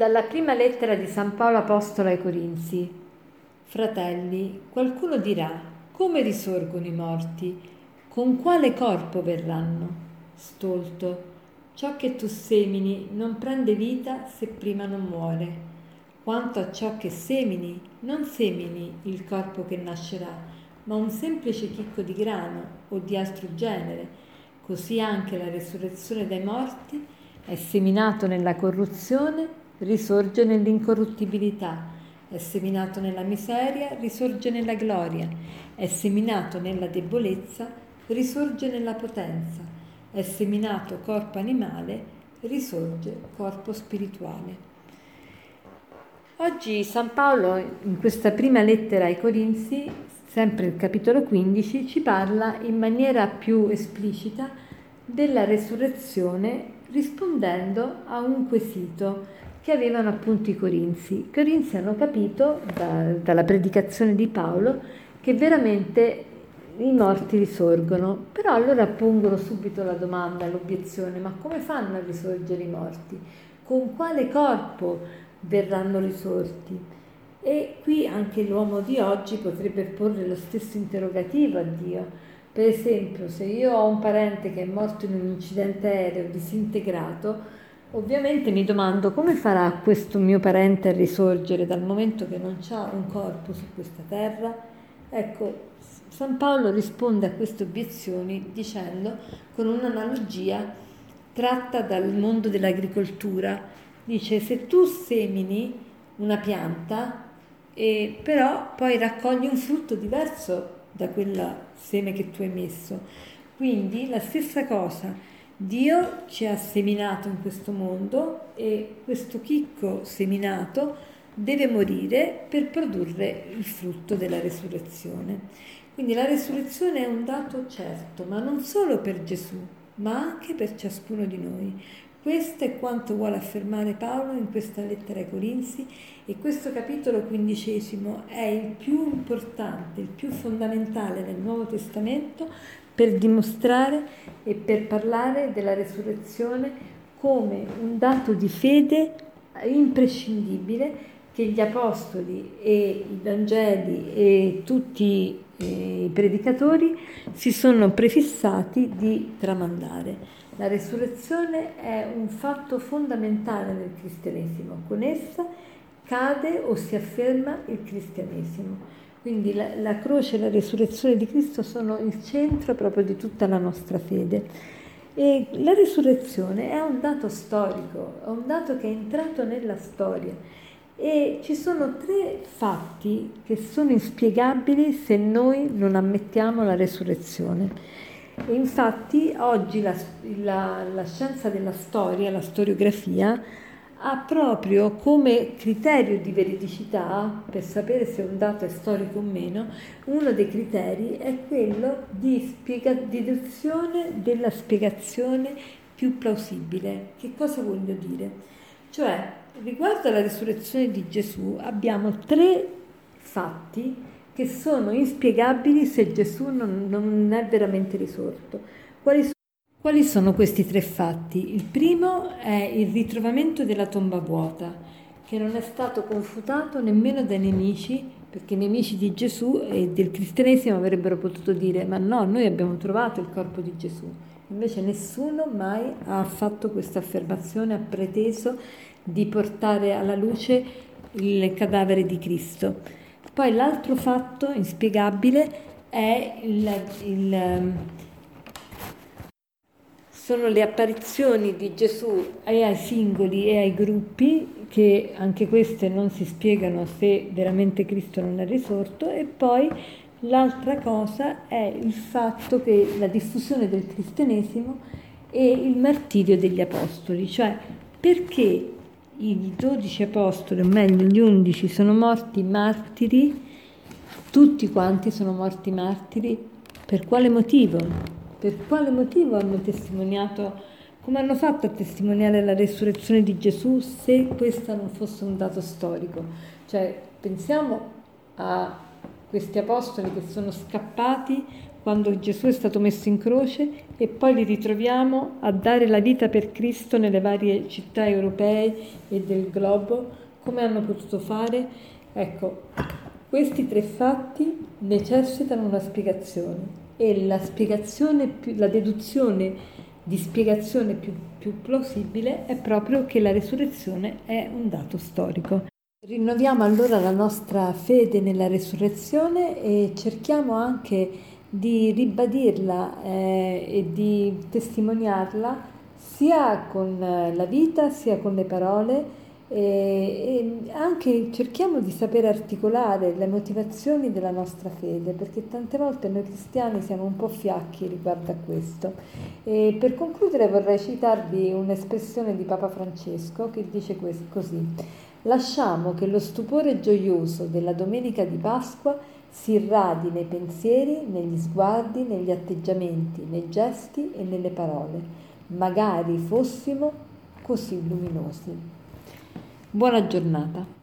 Dalla prima lettera di San Paolo Apostolo ai Corinzi. Fratelli, qualcuno dirà: come risorgono i morti? Con quale corpo verranno? Stolto, ciò che tu semini non prende vita se prima non muore. Quanto a ciò che semini, non semini il corpo che nascerà, ma un semplice chicco di grano o di altro genere. Così anche la resurrezione dai morti è seminato nella corruzione, risorge nell'incorruttibilità, è seminato nella miseria, risorge nella gloria, è seminato nella debolezza, risorge nella potenza, è seminato corpo animale, risorge corpo spirituale. Oggi San Paolo, in questa prima lettera ai Corinzi, sempre il capitolo 15, ci parla in maniera più esplicita della resurrezione, rispondendo a un quesito che avevano appunto i Corinzi. I Corinzi hanno capito dalla predicazione di Paolo che veramente i morti risorgono, però allora pongono subito la domanda, l'obiezione: ma come fanno a risorgere i morti? Con quale corpo verranno risorti? E qui anche l'uomo di oggi potrebbe porre lo stesso interrogativo a Dio. Per esempio, se io ho un parente che è morto in un incidente aereo disintegrato, ovviamente mi domando come farà questo mio parente a risorgere dal momento che non c'ha un corpo su questa terra. Ecco, San Paolo risponde a queste obiezioni dicendo, con un'analogia tratta dal mondo dell'agricoltura, dice: se tu semini una pianta e però poi raccogli un frutto diverso da quella seme che tu hai messo, quindi la stessa cosa. Dio ci ha seminato in questo mondo e questo chicco seminato deve morire per produrre il frutto della resurrezione. Quindi la resurrezione è un dato certo, ma non solo per Gesù, ma anche per ciascuno di noi. Questo è quanto vuole affermare Paolo in questa lettera ai Corinzi, e questo capitolo 15 è il più importante, il più fondamentale nel Nuovo Testamento per dimostrare e per parlare della resurrezione come un dato di fede imprescindibile che gli apostoli e i Vangeli e tutti i predicatori si sono prefissati di tramandare. La resurrezione è un fatto fondamentale nel cristianesimo, con essa cade o si afferma il cristianesimo. Quindi la croce e la resurrezione di Cristo sono il centro proprio di tutta la nostra fede. E la resurrezione è un dato storico, è un dato che è entrato nella storia. E ci sono 3 fatti che sono inspiegabili se noi non ammettiamo la resurrezione. E infatti oggi la scienza della storia, la storiografia, ha proprio come criterio di veridicità, per sapere se un dato è storico o meno, uno dei criteri è quello di deduzione della spiegazione più plausibile. Che cosa voglio dire? Cioè, riguardo alla risurrezione di Gesù abbiamo 3 fatti che sono inspiegabili se Gesù non è veramente risorto. Quali sono questi 3 fatti? Il primo è il ritrovamento della tomba vuota, che non è stato confutato nemmeno dai nemici, perché i nemici di Gesù e del cristianesimo avrebbero potuto dire: ma no, noi abbiamo trovato il corpo di Gesù. Invece nessuno mai ha fatto questa affermazione, ha preteso di portare alla luce il cadavere di Cristo. Poi l'altro fatto inspiegabile è sono le apparizioni di Gesù ai singoli e ai gruppi, che anche queste non si spiegano se veramente Cristo non è risorto. E poi l'altra cosa è il fatto che la diffusione del cristianesimo e il martirio degli apostoli, cioè perché i 12 apostoli, o meglio gli 11, sono morti martiri, tutti quanti sono morti martiri. Per quale motivo? Per quale motivo hanno testimoniato, come hanno fatto a testimoniare la resurrezione di Gesù se questo non fosse un dato storico? Cioè, pensiamo a questi apostoli che sono scappati quando Gesù è stato messo in croce, e poi li ritroviamo a dare la vita per Cristo nelle varie città europee e del globo. Come hanno potuto fare? Ecco, questi 3 fatti necessitano una spiegazione, e la deduzione di spiegazione più plausibile è proprio che la resurrezione è un dato storico. Rinnoviamo allora la nostra fede nella resurrezione e cerchiamo anche di ribadirla e di testimoniarla sia con la vita sia con le parole, e anche cerchiamo di sapere articolare le motivazioni della nostra fede, perché tante volte noi cristiani siamo un po' fiacchi riguardo a questo. E per concludere vorrei citarvi un'espressione di Papa Francesco che dice così: lasciamo che lo stupore gioioso della domenica di Pasqua si irradi nei pensieri, negli sguardi, negli atteggiamenti, nei gesti e nelle parole. Magari fossimo così luminosi. Buona giornata.